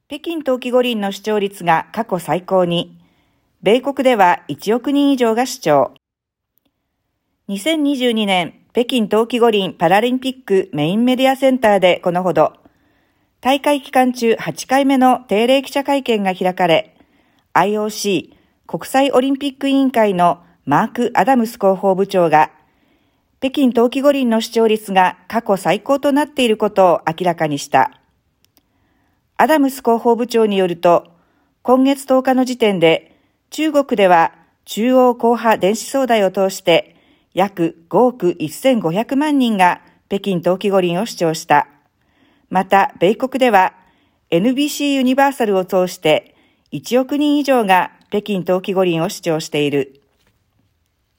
北京冬季五輪の視聴率が過去最高に、米国では1億人以上が視聴。2022年北京冬季五輪パラリンピックメインメディアセンターでこのほど、大会期間中8回目の定例記者会見が開かれ、IOC 国際オリンピック委員会のマーク・アダムス広報部長が、北京冬季五輪の視聴率が過去最高となっていることを明らかにした。アダムス広報部長によると、今月10日の時点で、中国では中央広波電子総台を通して約5億1500万人が北京冬季五輪を視聴した。また、米国では NBC ユニバーサルを通して1億人以上が北京冬季五輪を視聴している。